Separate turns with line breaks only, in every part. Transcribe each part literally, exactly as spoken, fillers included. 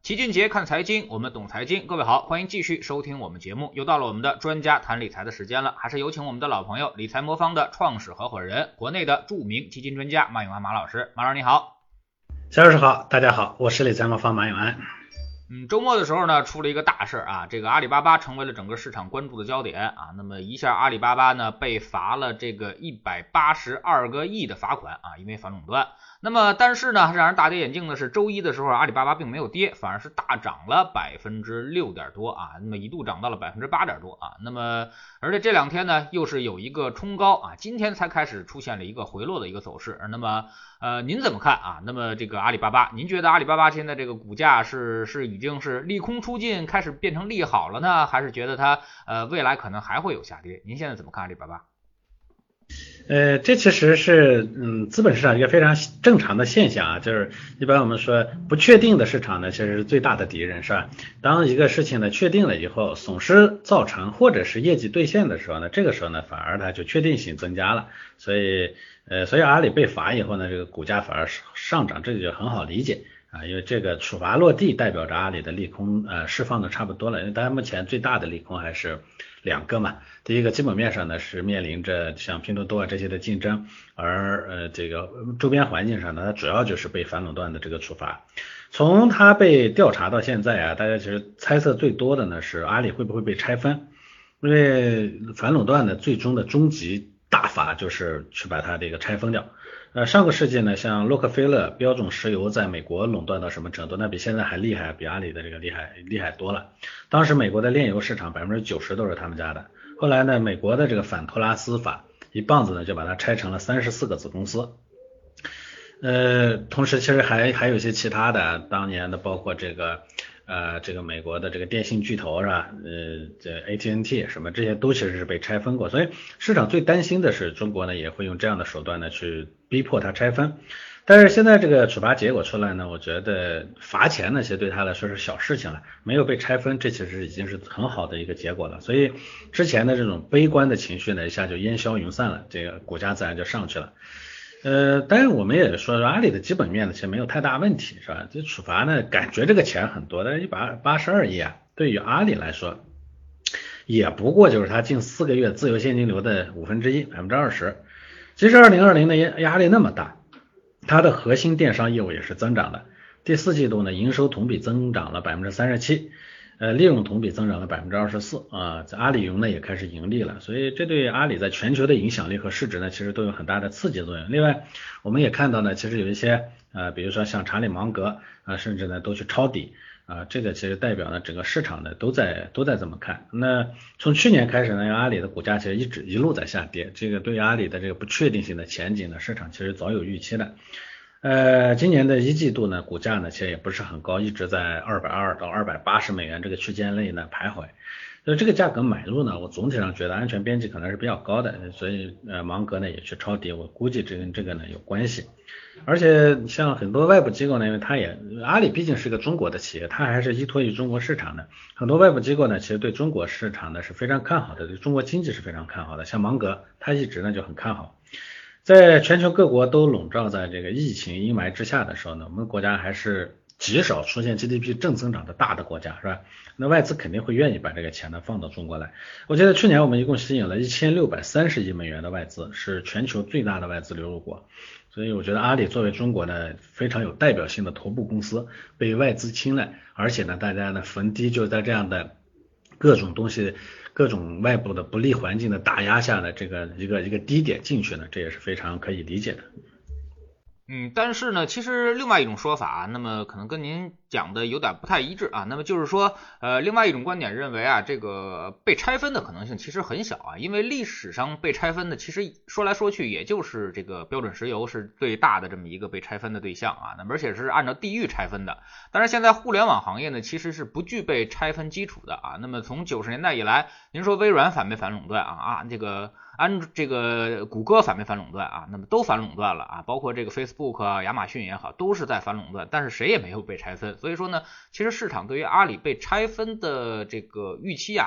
齐俊杰看财经，我们懂财经。各位好，欢迎继续收听我们节目。又到了我们的专家谈理财的时间了，还是有请我们的老朋友理财魔方的创始合伙人，国内的著名基金专家马永安马老师。马老师你好。
小老师好，大家好，我是理财魔方马永安。
嗯，周末的时候呢，出了一个大事啊，这个阿里巴巴成为了整个市场关注的焦点啊。那么一下阿里巴巴呢被罚了这个一百八十二个亿的罚款啊，因为反垄断。那么但是呢，让人大跌眼镜的是，周一的时候阿里巴巴并没有跌，反而是大涨了百分之六点多啊，那么一度涨到了百分之八点多啊。那么而且这两天呢又是有一个冲高啊，今天才开始出现了一个回落的一个走势。那么呃您怎么看啊？那么这个阿里巴巴，您觉得阿里巴巴现在这个股价是是已经是利空出尽，开始变成利好了呢，还是觉得它呃未来可能还会有下跌？您现在怎么看阿里巴巴？
呃，这其实是嗯资本市场一个非常正常的现象啊，就是一般我们说不确定的市场呢，其实是最大的敌人，是吧？当一个事情呢确定了以后，损失造成或者是业绩兑现的时候呢，这个时候呢反而它就确定性增加了，所以呃所以阿里被罚以后呢，这个股价反而上涨，这个就很好理解啊，因为这个处罚落地代表着阿里的利空呃释放的差不多了，因为大家目前最大的利空还是两个嘛，第一个基本面上呢是面临着像拼多多啊这些的竞争，而呃这个周边环境上呢，它主要就是被反垄断的这个处罚。从它被调查到现在啊，大家其实猜测最多的呢是阿里会不会被拆分，因为反垄断的最终的终极大法就是去把它这个拆分掉。呃，上个世纪呢，像洛克菲勒、标准石油在美国垄断到什么程度？那比现在还厉害，比阿里的这个厉害厉害多了。当时美国的炼油市场百分之九十都是他们家的。后来呢，美国的这个反托拉斯法一棒子呢就把它拆成了三十四个子公司。呃，同时其实还还有一些其他的，当年的包括这个呃这个美国的这个电信巨头是吧？呃，这 A T and T 什么这些都其实是被拆分过，所以市场最担心的是中国呢也会用这样的手段呢去逼迫它拆分。但是现在这个处罚结果出来呢，我觉得罚钱呢其实对他来说是小事情了，没有被拆分，这其实已经是很好的一个结果了。所以之前的这种悲观的情绪呢一下就烟消云散了，这个股价自然就上去了。呃，当然我们也说阿里的基本面呢其实没有太大问题，是吧？这处罚呢感觉这个钱很多，但是一百八十二亿啊，对于阿里来说也不过就是它近四个月自由现金流的五分之一，百分之二十。其实二零二零的压力那么大，它的核心电商业务也是增长的，第四季度呢营收同比增长了百分之三十七，呃利润同比增长了百分之二十四啊，在阿里云呢也开始盈利了，所以这对阿里在全球的影响力和市值呢其实都有很大的刺激作用。另外我们也看到呢，其实有一些呃比如说像查理芒格啊、呃，甚至呢都去抄底啊，这个其实代表呢整个市场呢都在都在这么看。那从去年开始呢，阿里的股价其实一直一路在下跌，这个对于阿里的这个不确定性的前景呢，市场其实早有预期的。呃，今年的一季度呢，股价呢其实也不是很高，一直在二百二到二百八十美元这个区间内呢徘徊。所以这个价格买入呢，我总体上觉得安全边际可能是比较高的，所以呃芒格呢也去抄底，我估计这跟这个呢有关系。而且像很多外部机构呢，因为它也阿里毕竟是个中国的企业，它还是依托于中国市场的，很多外部机构呢其实对中国市场呢是非常看好的，对中国经济是非常看好的，像芒格他一直呢就很看好。在全球各国都笼罩在这个疫情阴霾之下的时候呢，我们国家还是极少出现 G D P 正增长的大的国家，是吧？那外资肯定会愿意把这个钱呢放到中国来。我记得去年我们一共吸引了一千六百三十亿美元的外资，是全球最大的外资流入国。所以我觉得阿里作为中国呢非常有代表性的头部公司，被外资青睐，而且呢大家呢逢低就在这样的各种东西各种外部的不利环境的打压下的这个一个一个低点进去呢，这也是非常可以理解的。
嗯，但是呢，其实另外一种说法，那么可能跟您讲的有点不太一致啊。那么就是说，呃，另外一种观点认为啊，这个被拆分的可能性其实很小啊，因为历史上被拆分的，其实说来说去也就是这个标准石油是最大的这么一个被拆分的对象啊。那么而且是按照地域拆分的。但是现在互联网行业呢，其实是不具备拆分基础的啊。那么从九十年代以来，您说微软反没反垄断啊？啊，这个。安这个谷歌反没反垄断啊？那么都反垄断了啊，包括这个 Facebook 啊、亚马逊也好，都是在反垄断，但是谁也没有被拆分。所以说呢，其实市场对于阿里被拆分的这个预期啊，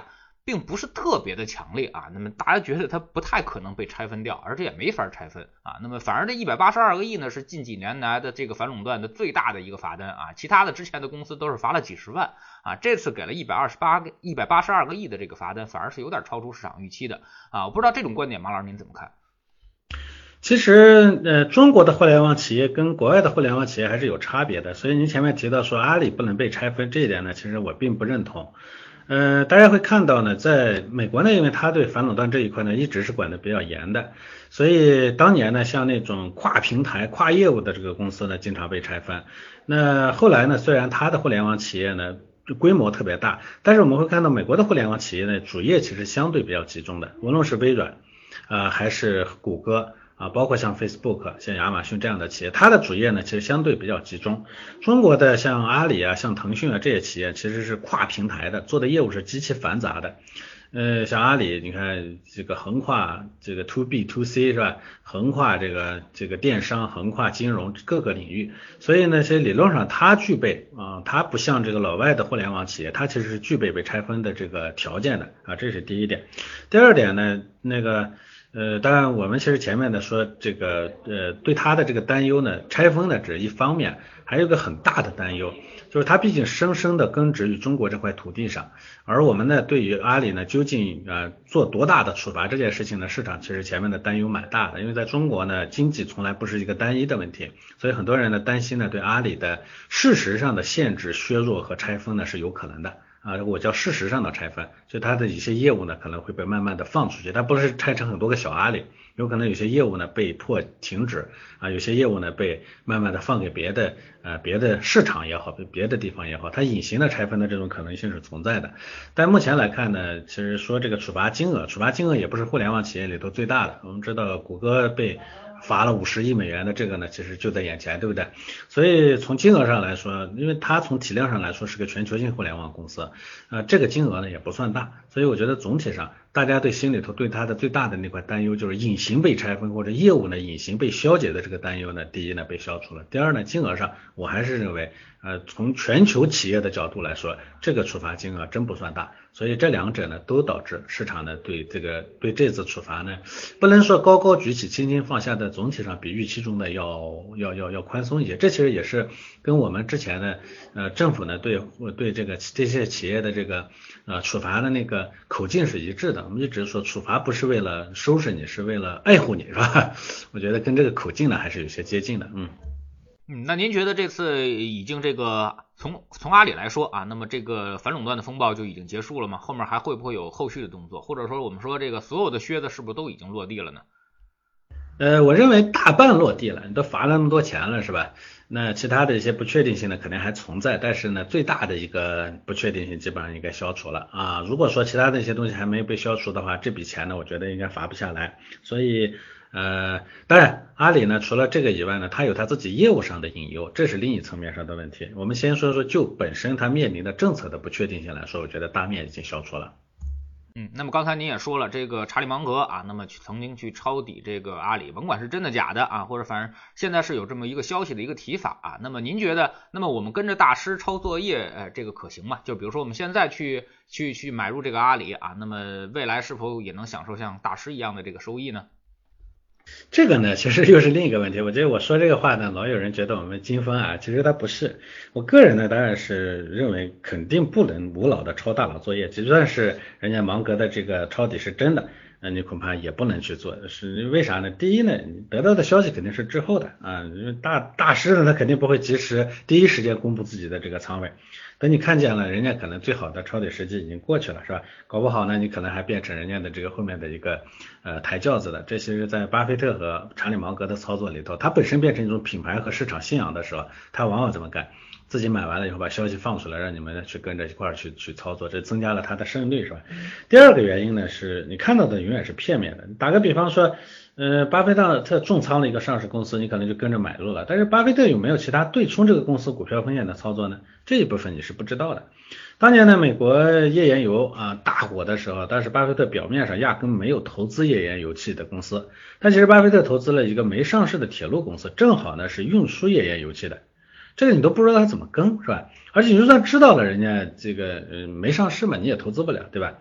并不是特别的强烈啊，那么大家觉得它不太可能被拆分掉，而且也没法拆分啊。那么反而这一百八十二个亿呢，是近几年来的这个反垄断的最大的一个罚单啊，其他的之前的公司都是罚了几十万啊，这次给了一百二十八个一百八十二个亿的这个罚单，反而是有点超出市场预期的啊。我不知道这种观点，马老师您怎么看？
其实，呃，中国的互联网企业跟国外的互联网企业还是有差别的，所以您前面提到说阿里不能被拆分这一点呢，其实我并不认同。呃，大家会看到呢，在美国呢，因为他对反垄断这一块呢一直是管得比较严的，所以当年呢，像那种跨平台、跨业务的这个公司呢，经常被拆分。那后来呢，虽然它的互联网企业呢规模特别大，但是我们会看到美国的互联网企业呢，主业其实相对比较集中的，无论是微软啊、呃、还是谷歌。啊，包括像 Facebook、像亚马逊这样的企业，它的主业呢其实相对比较集中。中国的像阿里啊、像腾讯啊这些企业，其实是跨平台的，做的业务是极其繁杂的。呃，像阿里，你看这个横跨这个 to B to C 是吧？横跨这个这个电商，横跨金融各个领域，所以呢，其实理论上它具备啊，它不像这个老外的互联网企业，它其实是具备被拆分的这个条件的啊，这是第一点。第二点呢，那个。呃，当然，我们其实前面的说这个，呃，对它的这个担忧呢，拆分呢只是一方面，还有一个很大的担忧，就是它毕竟深深的根植于中国这块土地上，而我们呢，对于阿里呢，究竟呃做多大的处罚这件事情呢，市场其实前面的担忧蛮大的，因为在中国呢，经济从来不是一个单一的问题，所以很多人呢担心呢，对阿里的事实上的限制、削弱和拆分呢是有可能的。啊，我叫事实上的拆分，就它的一些业务呢可能会被慢慢的放出去，它不是拆成很多个小阿里，有可能有些业务呢被迫停止啊，有些业务呢被慢慢的放给别的呃别的市场也好，别的地方也好，它隐形的拆分的这种可能性是存在的。但目前来看呢，其实说这个处罚金额，处罚金额也不是互联网企业里头最大的，我们知道谷歌被罚了五十亿美元的这个呢，其实就在眼前，对不对？所以从金额上来说，因为它从体量上来说是个全球性互联网公司，呃，这个金额呢也不算大，所以我觉得总体上大家对心里头对它的最大的那块担忧，就是隐形被拆分或者业务呢隐形被消解的这个担忧呢，第一呢被消除了，第二呢金额上我还是认为，呃，从全球企业的角度来说，这个处罚金额真不算大，所以这两者呢都导致市场呢对这个对这次处罚呢，不能说高高举起轻轻放下的，总体上比预期中的要要要要宽松一些。这其实也是跟我们之前的呃政府呢对对这个这些企业的这个呃处罚的那个口径是一致的。我们一直说处罚不是为了收拾你，是为了爱护你，是吧？我觉得跟这个口径呢还是有些接近的，嗯。
嗯，那您觉得这次已经这个从从阿里来说啊，那么这个反垄断的风暴就已经结束了吗？后面还会不会有后续的动作？或者说我们说这个所有的靴子是不是都已经落地了呢？
呃，我认为大半落地了，你都罚了那么多钱了，是吧？那其他的一些不确定性呢，肯定还存在，但是呢，最大的一个不确定性基本上应该消除了啊。如果说其他的一些东西还没被消除的话，这笔钱呢，我觉得应该罚不下来。所以，呃，当然，阿里呢，除了这个以外呢，它有它自己业务上的隐忧，这是另一层面上的问题。我们先说说就本身它面临的政策的不确定性来说，我觉得大面已经消除了。
嗯，那么刚才您也说了，这个查理芒格啊，那么曾经去抄底这个阿里，甭管是真的假的啊，或者反正现在是有这么一个消息的一个提法啊。那么您觉得，那么我们跟着大师抄作业，呃，这个可行吗？就比如说我们现在去去去买入这个阿里啊，那么未来是否也能享受像大师一样的这个收益呢？
这个呢，其实又是另一个问题。我觉得我说这个话呢，老有人觉得我们金风啊，其实它不是。我个人呢，当然是认为肯定不能无脑的抄大佬作业，就算是人家芒格的这个抄底是真的，那你恐怕也不能去做。是为啥呢？第一呢，你得到的消息肯定是滞后的啊，因为大大师呢，他肯定不会及时第一时间公布自己的这个仓位。等你看见了，人家可能最好的抄底时机已经过去了，是吧？搞不好呢，你可能还变成人家的这个后面的一个呃抬轿子的。这其实，在巴菲特和查理芒格的操作里头，他本身变成一种品牌和市场信仰的时候，他往往这么干。自己买完了以后把消息放出来，让你们去跟着一块儿去去操作，这增加了它的胜率，是吧？第二个原因呢，是你看到的永远是片面的。打个比方说，呃，巴菲特重仓了一个上市公司，你可能就跟着买入了，但是巴菲特有没有其他对冲这个公司股票风险的操作呢？这一部分你是不知道的。当年呢，美国页岩油啊大火的时候，但是巴菲特表面上压根没有投资页岩油气的公司，但其实巴菲特投资了一个没上市的铁路公司，正好呢是运输页岩油气的。这个你都不知道他怎么跟，是吧？而且你就算知道了人家这个呃没上市嘛，你也投资不了，对吧？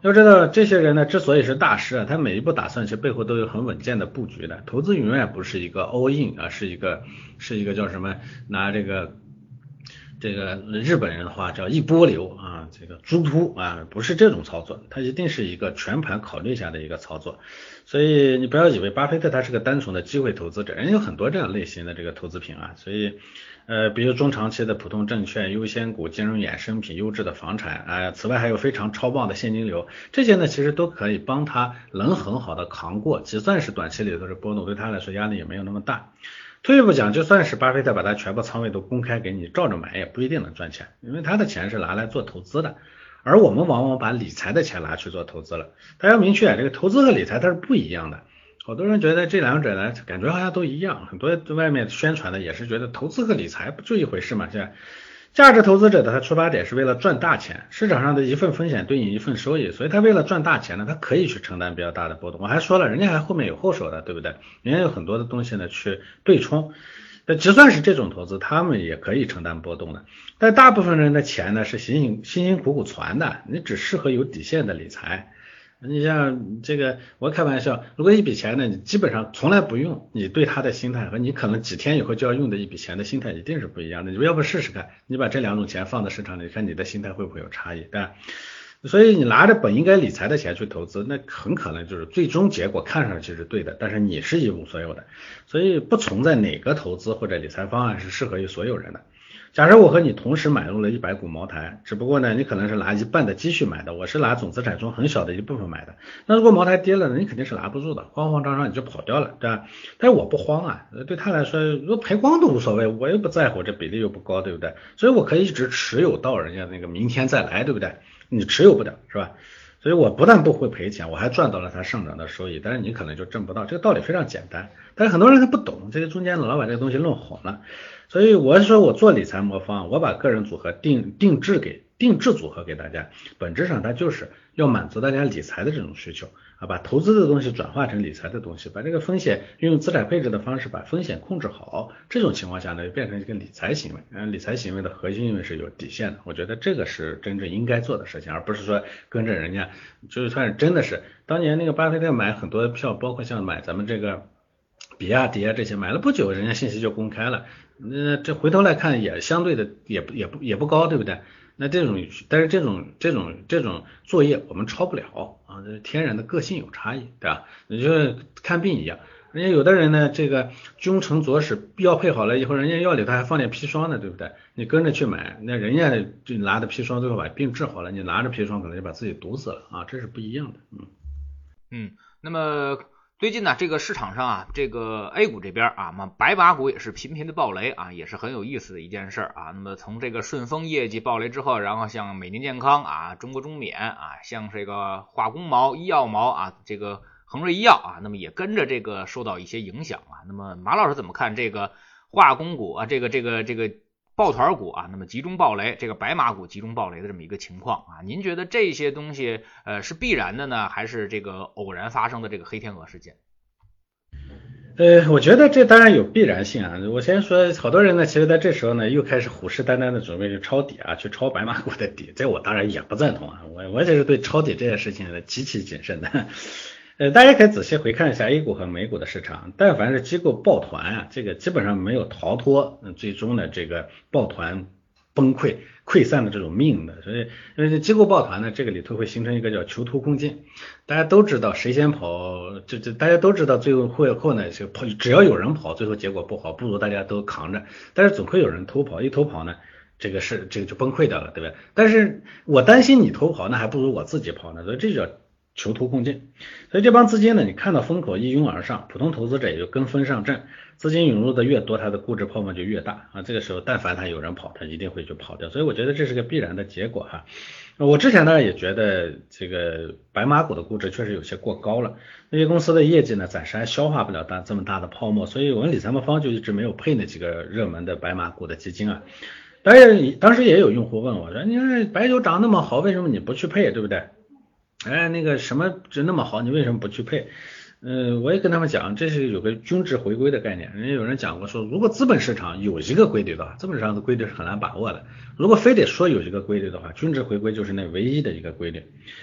要知道这些人呢，之所以是大师啊，他每一步打算其实背后都有很稳健的布局的。投资永远不是一个 all in 啊，是一个是一个叫什么拿这个这个日本人的话叫一波流啊，这个猪扑啊，不是这种操作，它一定是一个全盘考虑下的一个操作。所以你不要以为巴菲特他是个单纯的机会投资者，人有很多这样类型的这个投资品啊，所以呃，比如中长期的普通证券、优先股、金融衍生品、优质的房产啊、呃，此外还有非常超棒的现金流，这些呢其实都可以帮他能很好的扛过，就算是短期里头的波动，对他来说压力也没有那么大。退一步讲，就算是巴菲特把他全部仓位都公开给你，照着买也不一定能赚钱，因为他的钱是拿来做投资的，而我们往往把理财的钱拿去做投资了。大家明确，这个投资和理财它是不一样的。好多人觉得这两者呢，感觉好像都一样，很多外面宣传的也是觉得投资和理财不就一回事嘛？现在价值投资者的他出发点是为了赚大钱，市场上的一份风险对应一份收益，所以他为了赚大钱呢，他可以去承担比较大的波动。我还说了，人家还后面有后手的，对不对？人家有很多的东西呢去对冲。那就算是这种投资，他们也可以承担波动的。但大部分人的钱呢是辛辛辛辛苦苦攒的，你只适合有底线的理财。你像这个，我开玩笑，如果一笔钱呢，你基本上从来不用，你对它的心态和你可能几天以后就要用的一笔钱的心态一定是不一样的。你要不试试看，你把这两种钱放在市场里，看你的心态会不会有差异，对吧？所以你拿着本应该理财的钱去投资，那很可能就是最终结果看上去是对的，但是你是一无所有的。所以不存在哪个投资或者理财方案是适合于所有人的。假设我和你同时买入了一百股茅台，只不过呢，你可能是拿一半的积蓄买的，我是拿总资产中很小的一部分买的。那如果茅台跌了呢，你肯定是拿不住的，慌慌张张你就跑掉了，对吧？但是我不慌啊，对他来说，如果赔光都无所谓，我又不在乎，这比例又不高，对不对？所以我可以一直持有到人家那个明天再来，对不对？你持有不了，是吧？所以我不但不会赔钱，我还赚到了它上涨的收益，但是你可能就挣不到，这个道理非常简单，但是很多人他不懂，这个中间老把这个东西弄混了。所以我是说我做理财魔方，我把个人组合定定制给定制组合给大家，本质上它就是要满足大家理财的这种需求啊，把投资的东西转化成理财的东西，把这个风险运用资产配置的方式把风险控制好，这种情况下呢，就变成一个理财行为。嗯，理财行为的核心因为是有底线的，我觉得这个是真正应该做的事情，而不是说跟着人家，就算是真的是当年那个巴菲特买很多票，包括像买咱们这个比亚迪啊这些，买了不久人家信息就公开了，那这回头来看也相对的也不也不也不高，对不对？那这种但是这种这种这种作业我们抄不了啊，这天然的个性有差异，对吧？你就看病一样，人家有的人呢这个君臣佐使药配好了以后，人家药里头还放点砒霜呢，对不对？你跟着去买，那人家就拿着砒霜最后把病治好了，你拿着砒霜可能就把自己毒死了啊，这是不一样的。嗯
嗯，那么最近呢，这个市场上啊，这个 A 股这边啊，那么白马股也是频频的爆雷啊，也是很有意思的一件事啊。那么从这个顺丰业绩爆雷之后，然后像美宁健康啊、中国中免啊，像这个化工毛、医药毛啊，这个恒瑞医药啊，那么也跟着这个受到一些影响啊。那么马老师怎么看这个化工股啊，这个这个这个抱团股啊，那么集中爆雷，这个白马股集中爆雷的这么一个情况啊，您觉得这些东西呃是必然的呢，还是这个偶然发生的这个黑天鹅事件？
呃，我觉得这当然有必然性啊。我先说，好多人呢，其实在这时候呢，又开始虎视眈眈的准备去抄底啊，去抄白马股的底，这我当然也不赞同啊。我我也是对抄底这件事情呢极其谨慎的。呃，大家可以仔细回看一下 A 股和美股的市场，但凡是机构抱团啊，这个基本上没有逃脱最终的这个抱团崩溃溃散的这种命的。所以因为这机构抱团呢，这个里头会形成一个叫囚徒共进，大家都知道谁先跑，这这大家都知道最后会后呢，就跑，只要有人跑，最后结果不好，不如大家都扛着，但是总会有人偷跑，一偷跑呢，这个是这个就崩溃掉了，对不对？但是我担心你偷跑，那还不如我自己跑呢，所以这叫囚徒共进。所以这帮资金呢，你看到风口一拥而上，普通投资者也就跟风上阵，资金涌入的越多，它的估值泡沫就越大啊。这个时候但凡他有人跑，他一定会去跑掉，所以我觉得这是个必然的结果哈。我之前呢也觉得这个白马股的估值确实有些过高了，那些公司的业绩呢暂时还消化不了大这么大的泡沫，所以我们理财魔方就一直没有配那几个热门的白马股的基金啊。当然当时也有用户问我说，你看白酒涨那么好，为什么你不去配，对不对？哎，那个什么值那么好，你为什么不去配？嗯，我也跟他们讲，这是有个均值回归的概念。人家有人讲过说，如果资本市场有一个规律的话，资本市场的规律是很难把握的。如果非得说有一个规律的话，均值回归就是那唯一的一个规律。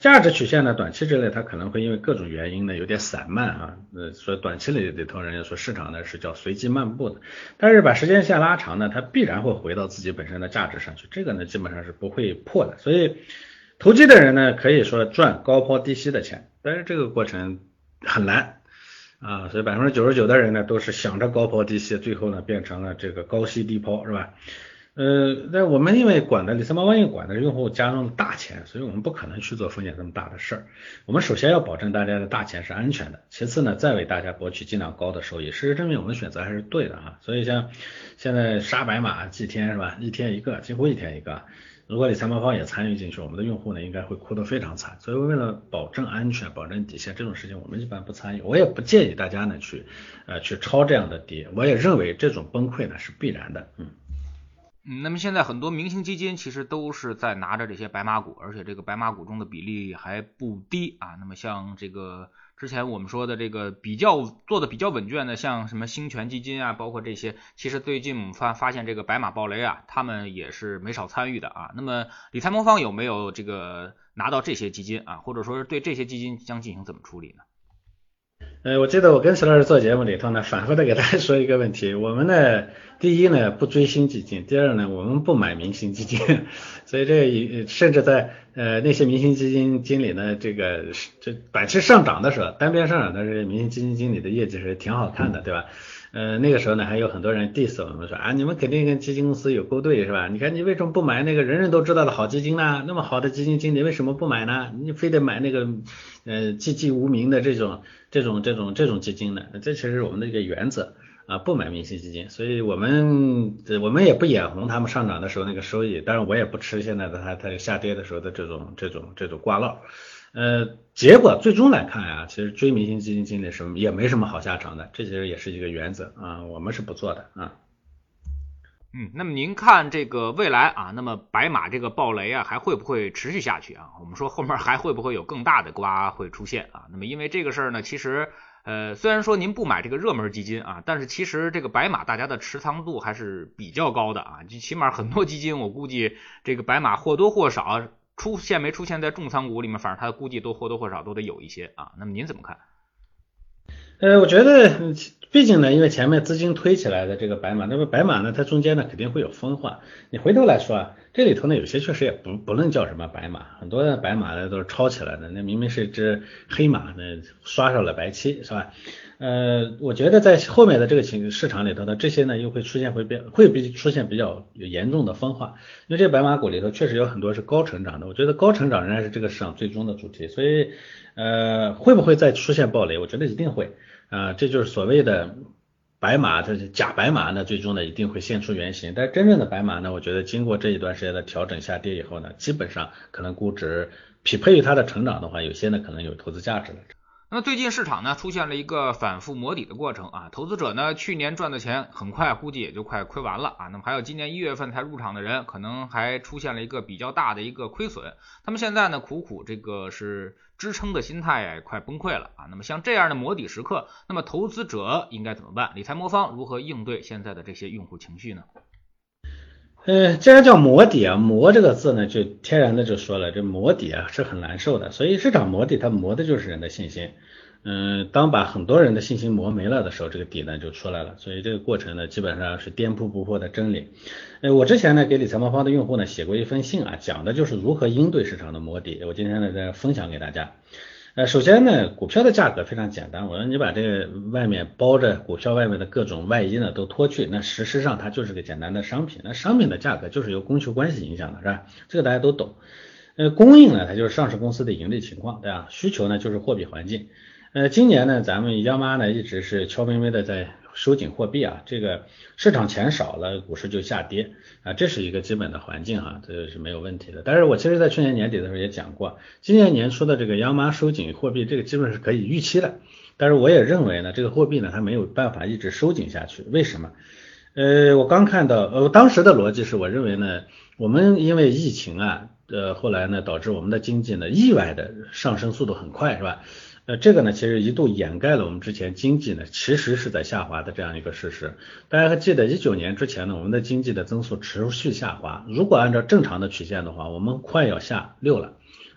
价值曲线呢，短期之内它可能会因为各种原因呢有点散漫啊，呃，所以短期里里头人家说市场呢是叫随机漫步的，但是把时间线拉长呢，它必然会回到自己本身的价值上去，这个呢基本上是不会破的，所以投机的人呢可以说赚高抛低吸的钱，但是这个过程很难啊，所以百分之九十九的人呢都是想着高抛低吸，最后呢变成了这个高吸低抛，是吧？呃，那我们因为管的理财猫猫因为管的是用户家中的大钱，所以我们不可能去做风险这么大的事儿。我们首先要保证大家的大钱是安全的，其次呢，再为大家博取尽量高的收益。事实证明我们的选择还是对的啊。所以像现在杀白马祭天是吧，一天一个，几乎一天一个。如果理财猫猫也参与进去，我们的用户呢应该会哭得非常惨。所以为了保证安全、保证底线，这种事情我们一般不参与。我也不建议大家呢去呃去抄这样的跌，我也认为这种崩溃呢是必然的，嗯。
嗯，那么现在很多明星基金其实都是在拿着这些白马股，而且这个白马股中的比例还不低啊。那么像这个之前我们说的这个比较做的比较稳健的，像什么兴权基金啊，包括这些，其实最近我们发发现这个白马暴雷啊，他们也是没少参与的啊。那么理财魔方有没有这个拿到这些基金啊，或者说是对这些基金将进行怎么处理呢？
呃，我记得我跟石老师做节目里头呢，反复的给大家说一个问题，我们呢，第一呢不追新基金，第二呢我们不买明星基金，所以这甚至在呃那些明星基金经理呢，这个这短期上涨的时候，单边上涨的这些明星基金经理的业绩是挺好看的，对吧？呃，那个时候呢，还有很多人 diss 我们说啊，你们肯定跟基金公司有勾兑是吧？你看你为什么不买那个人人都知道的好基金呢？那么好的基金经理为什么不买呢？你非得买那个呃寂寂无名的这种这种这种这种基金呢？这其实是我们的一个原则啊，不买明星基金，所以我们我们也不眼红他们上涨的时候那个收益，当然我也不吃现在的它它下跌的时候的这种这种这种挂烙。呃，结果最终来看啊，其实追明星基金经理什么也没什么好下场的，这其实也是一个原则啊，我们是不做的啊。
嗯，那么您看这个未来啊，那么白马这个暴雷啊，还会不会持续下去啊？我们说后面还会不会有更大的瓜会出现啊？那么因为这个事儿呢，其实呃，虽然说您不买这个热门基金啊，但是其实这个白马大家的持仓度还是比较高的啊，就起码很多基金我估计这个白马或多或少出现没出现在重仓股里面，反正它估计都或多或少都得有一些啊。那么您怎么看？
呃，我觉得毕竟呢，因为前面资金推起来的这个白马，那么白马呢，它中间呢肯定会有分化。你回头来说啊，这里头呢有些确实也不不论叫什么白马，很多的白马呢都是抄起来的，那明明是一只黑马呢，刷上了白漆，是吧？呃，我觉得在后面的这个情市场里头呢，这些呢又会出现会变会比出现比较有严重的分化，因为这白马股里头确实有很多是高成长的，我觉得高成长仍然是这个市场最终的主题，所以呃会不会再出现暴雷？我觉得一定会。啊，这就是所谓的白马，这是假白马呢，最终呢一定会现出原形。但是真正的白马呢，我觉得经过这一段时间的调整下跌以后呢，基本上可能估值匹配于它的成长的话，有些呢可能有投资价值了。
那么最近市场呢出现了一个反复磨底的过程啊，投资者呢去年赚的钱很快估计也就快亏完了啊，那么还有今年一月份才入场的人可能还出现了一个比较大的一个亏损，他们现在呢苦苦这个是支撑的心态也快崩溃了啊，那么像这样的磨底时刻，那么投资者应该怎么办？理财魔方如何应对现在的这些用户情绪呢？
呃，既然叫磨底啊，磨这个字呢，就天然的就说了，这磨底啊是很难受的，所以市场磨底，它磨的就是人的信心。嗯，当把很多人的信心磨没了的时候，这个底呢就出来了。所以这个过程呢，基本上是颠扑不破的真理。呃，我之前呢给理财魔方的用户呢写过一封信啊，讲的就是如何应对市场的磨底。我今天呢再分享给大家。呃，首先呢，股票的价格非常简单，我说你把这个外面包着股票外面的各种外衣呢都脱去，那事实上它就是个简单的商品，那商品的价格就是由供求关系影响的，是吧？这个大家都懂。呃，供应呢，它就是上市公司的盈利情况，对吧？需求呢就是货币环境。呃，今年呢，咱们央妈呢一直是悄咪咪的在收紧货币啊，这个市场钱少了，股市就下跌啊，这是一个基本的环境哈，这是没有问题的。但是我其实在去年年底的时候也讲过，今年年初的这个央妈收紧货币，这个基本是可以预期的。但是我也认为呢，这个货币呢它没有办法一直收紧下去，为什么？呃，我刚看到，呃，当时的逻辑是我认为呢，我们因为疫情啊，呃，后来呢导致我们的经济呢意外的上升速度很快，是吧？呃，这个呢，其实一度掩盖了我们之前经济呢其实是在下滑的这样一个事实。大家还记得一九年之前呢，我们的经济的增速持续下滑，如果按照正常的曲线的话，我们快要下六了。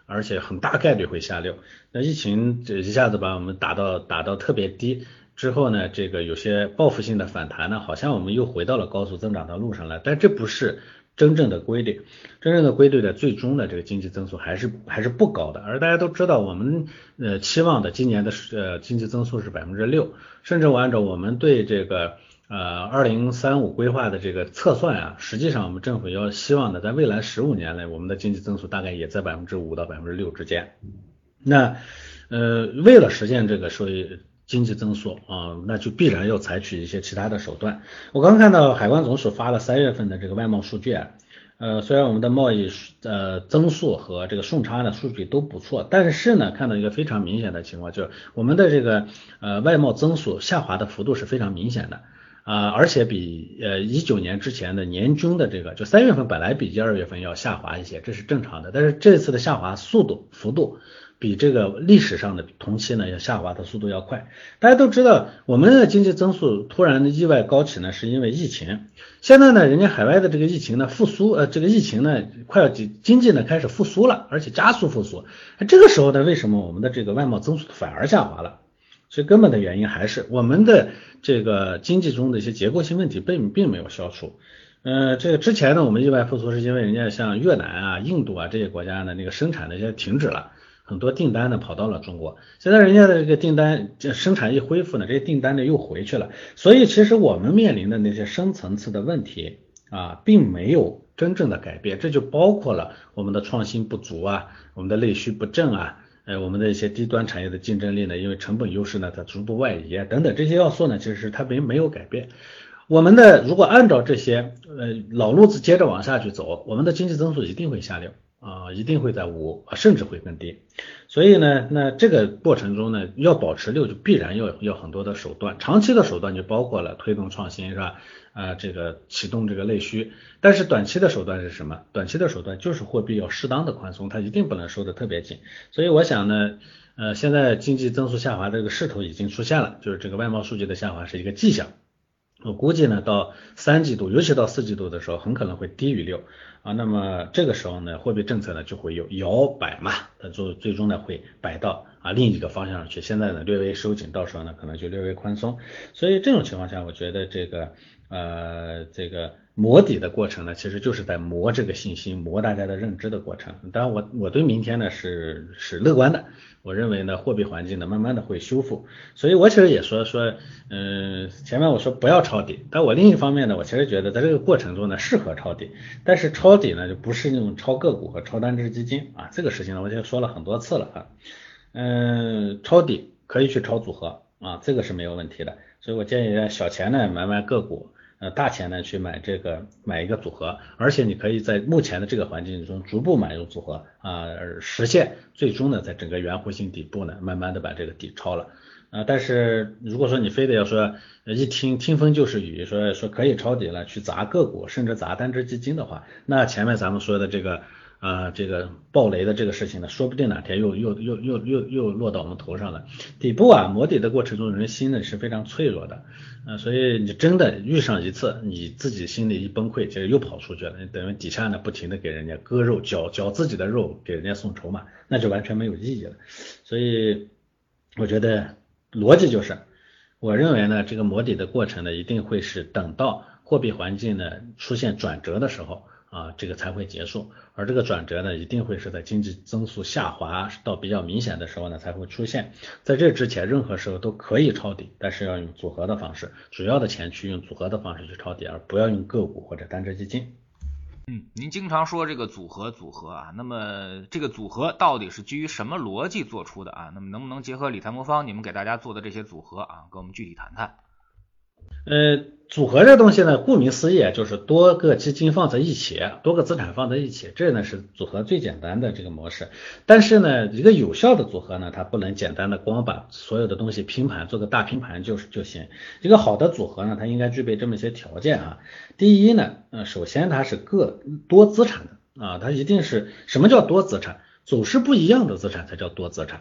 而且很大概率会下六。那疫情这一下子把我们打到打到特别低之后呢，这个有些报复性的反弹呢，好像我们又回到了高速增长的路上来，但这不是真正的规律，真正的规律的最终的这个经济增速还是还是不高的。而大家都知道，我们呃期望的今年的呃经济增速是百分之六，甚至我按照我们对这个呃二零三五规划的这个测算啊，实际上我们政府要希望的在未来十五年内，我们的经济增速大概也在百分之五到百分之六之间。那呃为了实现这个所谓经济增速啊，那就必然要采取一些其他的手段。我刚看到海关总署发了三月份的这个外贸数据啊，呃，虽然我们的贸易呃增速和这个顺差的数据都不错，但是呢，看到一个非常明显的情况，就是我们的这个呃外贸增速下滑的幅度是非常明显的啊、呃，而且比呃一九年之前的年均的这个就三月份本来比一二月份要下滑一些，这是正常的，但是这次的下滑速度幅度比这个历史上的同期呢要下滑的速度要快。大家都知道，我们的经济增速突然的意外高起呢，是因为疫情。现在呢，人家海外的这个疫情呢复苏，呃，这个疫情呢快要经济呢开始复苏了，而且加速复苏。这个时候呢，为什么我们的这个外贸增速反而下滑了？所以根本的原因还是我们的这个经济中的一些结构性问题并并没有消除。呃，这个之前呢，我们意外复苏是因为人家像越南啊、印度啊这些国家呢，那个生产的一些停止了。很多订单呢跑到了中国，现在人家的这个订单生产一恢复呢，这些订单呢又回去了，所以其实我们面临的那些深层次的问题啊，并没有真正的改变，这就包括了我们的创新不足啊，我们的内需不振啊，呃，我们的一些低端产业的竞争力呢，因为成本优势呢，它逐步外移啊，等等这些要素呢，其实它没没有改变。我们的如果按照这些呃老路子接着往下去走，我们的经济增速一定会下流。啊、呃，一定会在五，甚至会更低。所以呢，那这个过程中呢，要保持六，就必然要要很多的手段。长期的手段就包括了推动创新，是吧？啊、呃，这个启动这个内需。但是短期的手段是什么？短期的手段就是货币要适当的宽松，它一定不能收得特别紧。所以我想呢，呃，现在经济增速下滑这个势头已经出现了，就是这个外贸数据的下滑是一个迹象。我估计呢，到三季度，尤其到四季度的时候，很可能会低于六啊。那么这个时候呢，货币政策呢就会有摇摆嘛，它就最终呢会摆到啊另一个方向上去。现在呢略微收紧，到时候呢可能就略微宽松。所以这种情况下，我觉得这个呃这个磨底的过程呢，其实就是在磨这个信心，磨大家的认知的过程。当然我我对明天呢是是乐观的。我认为呢，货币环境呢，慢慢的会修复，所以我其实也说说，嗯、呃，前面我说不要抄底，但我另一方面呢，我其实觉得在这个过程中呢，适合抄底，但是抄底呢，就不是那种抄个股和抄单只基金啊，这个事情呢，我已经说了很多次了啊，嗯、呃，抄底可以去抄组合啊，这个是没有问题的，所以我建议小钱呢买买个股。呃，大钱呢去买这个买一个组合，而且你可以在目前的这个环境中逐步买入组合啊、呃，实现最终呢在整个圆弧形底部呢慢慢的把这个底抄了啊、呃。但是如果说你非得要说一听听风就是雨，说说可以抄底了去砸个股甚至砸单只基金的话，那前面咱们说的这个啊、呃、这个暴雷的这个事情呢，说不定哪天又又又又又又落到我们头上了。底部啊磨底的过程中，人心呢是非常脆弱的。啊，所以你真的遇上一次，你自己心里一崩溃，其实又跑出去了，你等于底下呢不停的给人家割肉，绞绞自己的肉给人家送筹码，那就完全没有意义了。所以我觉得逻辑就是，我认为呢，这个磨底的过程呢，一定会是等到货币环境呢出现转折的时候啊，这个才会结束。而这个转折呢，一定会是在经济增速下滑到比较明显的时候呢才会出现。在这之前，任何时候都可以抄底，但是要用组合的方式，主要的钱去用组合的方式去抄底，而不要用个股或者单只基金。
嗯，您经常说这个组合组合啊，那么这个组合到底是基于什么逻辑做出的啊？那么能不能结合理财魔方你们给大家做的这些组合啊，跟我们具体谈谈？
呃，组合这东西呢，顾名思义就是多个基金放在一起，多个资产放在一起，这呢是组合最简单的这个模式。但是呢，一个有效的组合呢，它不能简单的光把所有的东西拼盘做个大拼盘就是就行。一个好的组合呢，它应该具备这么一些条件啊。第一呢，呃，首先它是个多资产的啊，它一定是什么叫多资产？走势不一样的资产才叫多资产。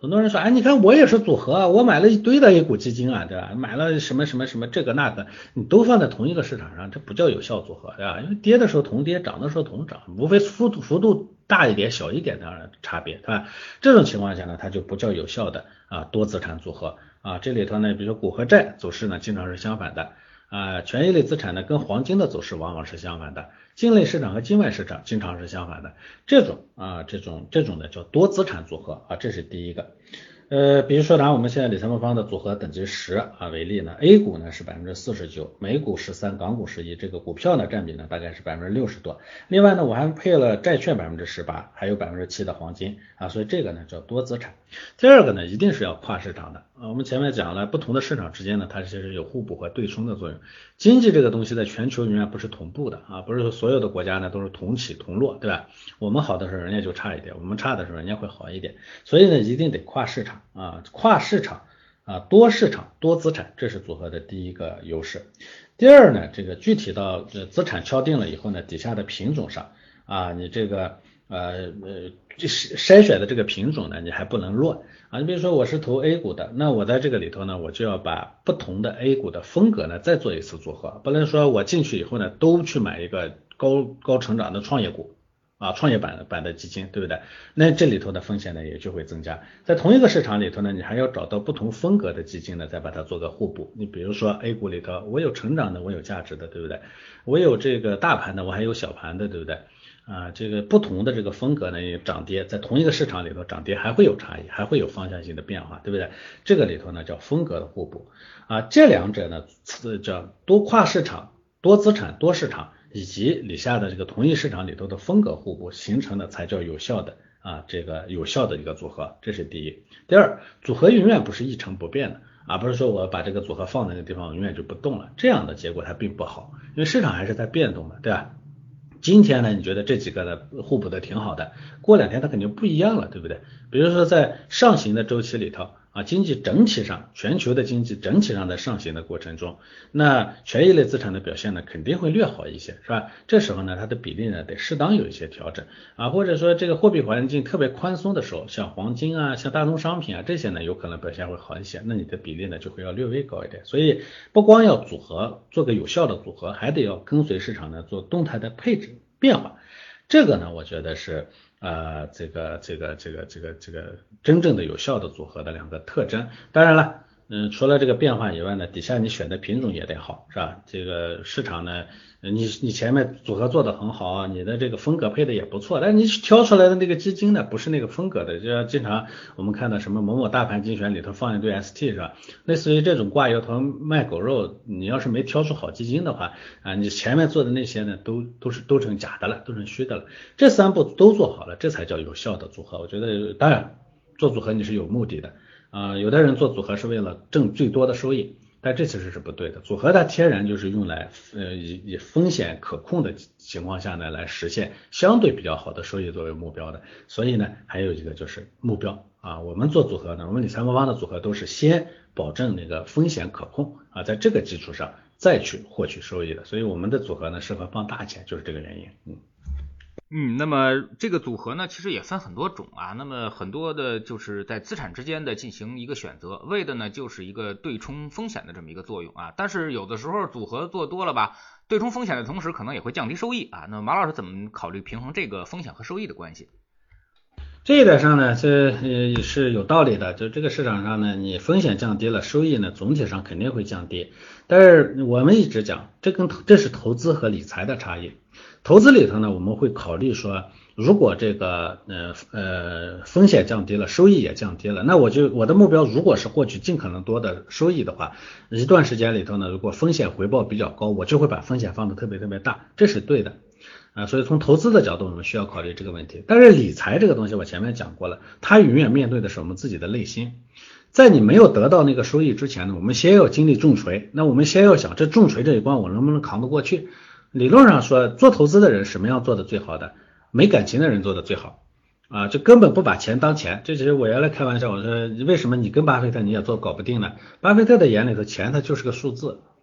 很多人说，哎，你看我也是组合啊，我买了一堆的 A 股基金啊，对吧？买了什么什么什么这个那个，你都放在同一个市场上，这不叫有效组合，对吧？因为跌的时候同跌，涨的时候同涨，无非幅度幅度大一点、小一点的差别，对吧？这种情况下呢，它就不叫有效的啊多资产组合啊。这里头呢，比如说股和债走势呢，经常是相反的。啊，权益类资产呢跟黄金的走势往往是相反的，境内市场和境外市场经常是相反的，这种啊这种这种的叫多资产组合啊，这是第一个。呃，比如说拿我们现在理财魔方的组合等级十啊为例呢 ，A 股呢是百分之四十九，美股十三，港股十一，这个股票呢占比呢大概是百分之六十多。另外呢，我还配了债券百分之十八，还有百分之七的黄金啊，所以这个呢叫多资产。第二个呢，一定是要跨市场的啊。我们前面讲了，不同的市场之间呢，它其实有互补和对冲的作用。经济这个东西在全球永远不是同步的啊，不是说所有的国家呢都是同起同落，对吧？我们好的时候人家就差一点，我们差的时候人家会好一点，所以呢一定得跨市场啊，跨市场啊，多市场多资产，这是组合的第一个优势。第二呢，这个具体到资产敲定了以后呢，底下的品种上啊，你这个呃呃筛选的这个品种呢，你还不能乱啊。你比如说我是投 A 股的，那我在这个里头呢，我就要把不同的 A 股的风格呢再做一次组合，不能说我进去以后呢都去买一个高高成长的创业股。啊，创业板版的基金，对不对？那这里头的风险呢也就会增加。在同一个市场里头呢，你还要找到不同风格的基金呢，再把它做个互补。你比如说 A 股里头，我有成长的，我有价值的，对不对？我有这个大盘的，我还有小盘的，对不对？啊，这个不同的这个风格呢，涨跌在同一个市场里头涨跌还会有差异，还会有方向性的变化，对不对？这个里头呢叫风格的互补啊。这两者呢叫多跨市场、多资产、多市场。以及以下的这个同一市场里头的风格互补形成的才叫有效的啊，这个有效的一个组合，这是第一。第二，组合永远不是一成不变的啊，不是说我把这个组合放在那个地方，我永远就不动了，这样的结果它并不好，因为市场还是在变动的，对吧？今天呢，你觉得这几个呢互补的挺好的，过两天它肯定不一样了，对不对？比如说在上行的周期里头。啊，经济整体上，全球的经济整体上在上行的过程中，那权益类资产的表现呢肯定会略好一些，是吧？这时候呢，它的比例呢得适当有一些调整啊，或者说这个货币环境特别宽松的时候，像黄金啊、像大宗商品啊这些呢，有可能表现会好一些，那你的比例呢就会要略微高一点。所以不光要组合做个有效的组合，还得要跟随市场呢做动态的配置变化。这个呢，我觉得是。呃，这个这个这个这个这个真正的有效的组合的两个特征。当然了，嗯，除了这个变化以外呢，底下你选的品种也得好，是吧？这个市场呢，你你前面组合做的很好，你的这个风格配的也不错，但是你挑出来的那个基金呢，不是那个风格的，就像经常我们看到什么某某大盘精选里头放一堆 S T 是吧？类似于这种挂油头卖狗肉，你要是没挑出好基金的话啊，你前面做的那些呢，都都是都成假的了，都成虚的了。这三步都做好了，这才叫有效的组合。我觉得，当然做组合你是有目的的。啊、呃，有的人做组合是为了挣最多的收益，但这其实是不对的。组合它天然就是用来呃以以风险可控的情况下呢，来实现相对比较好的收益作为目标的。所以呢，还有一个就是目标啊，我们做组合呢，我们理财魔方的组合都是先保证那个风险可控啊，在这个基础上再去获取收益的。所以我们的组合呢适合放大钱，就是这个原因。嗯。
嗯，那么这个组合呢，其实也分很多种啊。那么很多的就是在资产之间的进行一个选择，为的呢就是一个对冲风险的这么一个作用啊。但是有的时候组合做多了吧，对冲风险的同时可能也会降低收益啊。那么马老师怎么考虑平衡这个风险和收益的关系？
这一点上呢，是呃是有道理的。就这个市场上呢，你风险降低了，收益呢总体上肯定会降低。但是我们一直讲，这跟这是投资和理财的差异。投资里头呢，我们会考虑说，如果这个呃呃风险降低了，收益也降低了，那我就我的目标如果是获取尽可能多的收益的话，一段时间里头呢，如果风险回报比较高，我就会把风险放得特别特别大，这是对的。啊，所以从投资的角度，我们需要考虑这个问题。但是理财这个东西，我前面讲过了，它永远面对的是我们自己的内心。在你没有得到那个收益之前呢，我们先要经历重锤。那我们先要想，这重锤这一关我能不能扛得过去？理论上说，做投资的人什么样做的最好的？没感情的人做的最好。啊，就根本不把钱当钱。这其实我原来开玩笑，我说为什么你跟巴菲特你也做搞不定呢？巴菲特的眼里头，钱它就是个数字。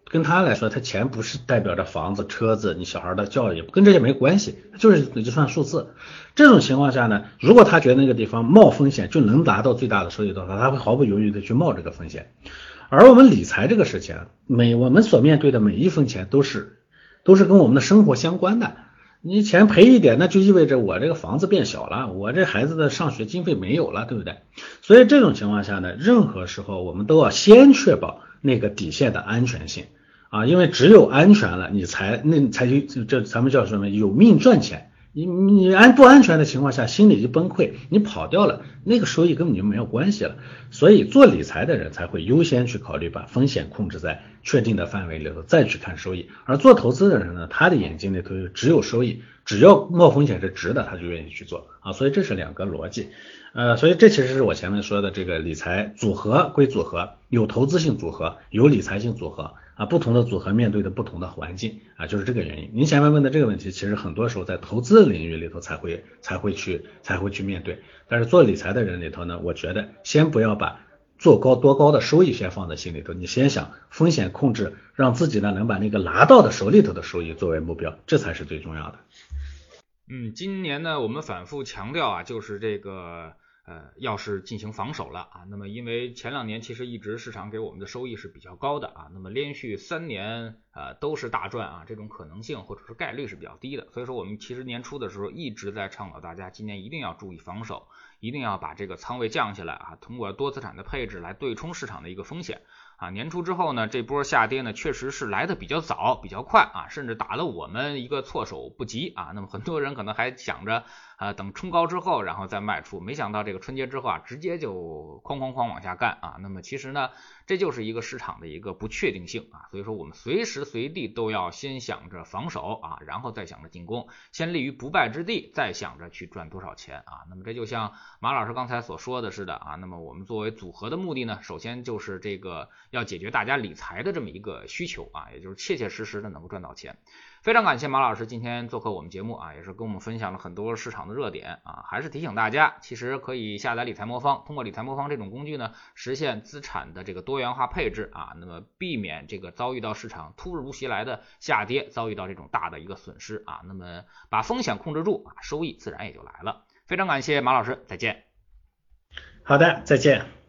跟他来说，他钱不是代表着房子、车子，你小孩的教育跟这些没关系，就是你就算数字。这种情况下呢，如果他觉得那个地方冒风险就能达到最大的收益的话，他会毫不犹豫的去冒这个风险。而我们理财这个事情，每我们所面对的每一分钱都是都是跟我们的生活相关的。你钱赔一点，那就意味着我这个房子变小了，我这孩子的上学经费没有了，对不对？所以这种情况下呢，任何时候我们都要先确保那个底线的安全性啊，因为只有安全了，你才那才就这咱们叫什么有命赚钱。你你安不安全的情况下，心里就崩溃，你跑掉了，那个收益根本就没有关系了。所以做理财的人才会优先去考虑把风险控制在确定的范围里头，再去看收益。而做投资的人呢，他的眼睛里头只有收益，只要冒风险是值的，他就愿意去做啊。所以这是两个逻辑。呃，所以这其实是我前面说的这个理财组合归组合，有投资性组合，有理财性组合啊，不同的组合面对的不同的环境啊，就是这个原因。您前面问的这个问题，其实很多时候在投资领域里头才会才会去才会去面对，但是做理财的人里头呢，我觉得先不要把做高多高的收益先放在心里头，你先想风险控制，让自己呢能把那个拿到的手里头的收益作为目标，这才是最重要的。
嗯，今年呢，我们反复强调啊，就是这个呃，要是进行防守了啊，那么因为前两年其实一直市场给我们的收益是比较高的啊，那么连续三年呃都是大赚啊，这种可能性或者是概率是比较低的，所以说我们其实年初的时候一直在倡导大家今年一定要注意防守，一定要把这个仓位降下来啊，通过多资产的配置来对冲市场的一个风险。啊，年初之后呢，这波下跌呢，确实是来的比较早，比较快啊，甚至打了我们一个措手不及啊。那么很多人可能还想着啊，等冲高之后，然后再卖出，没想到这个春节之后啊，直接就哐哐哐往下干啊。那么其实呢，这就是一个市场的一个不确定性啊，所以说我们随时随地都要先想着防守啊，然后再想着进攻，先立于不败之地，再想着去赚多少钱啊。那么这就像马老师刚才所说的似的啊，那么我们作为组合的目的呢，首先就是这个要解决大家理财的这么一个需求啊，也就是切切实实的能够赚到钱。非常感谢马老师今天做客我们节目啊，也是跟我们分享了很多市场的热点啊，还是提醒大家，其实可以下载理财魔方，通过理财魔方这种工具呢，实现资产的这个多元化配置啊，那么避免这个遭遇到市场突如其来的下跌，遭遇到这种大的一个损失啊，那么把风险控制住啊，收益自然也就来了。非常感谢马老师，再见。
好的，再见。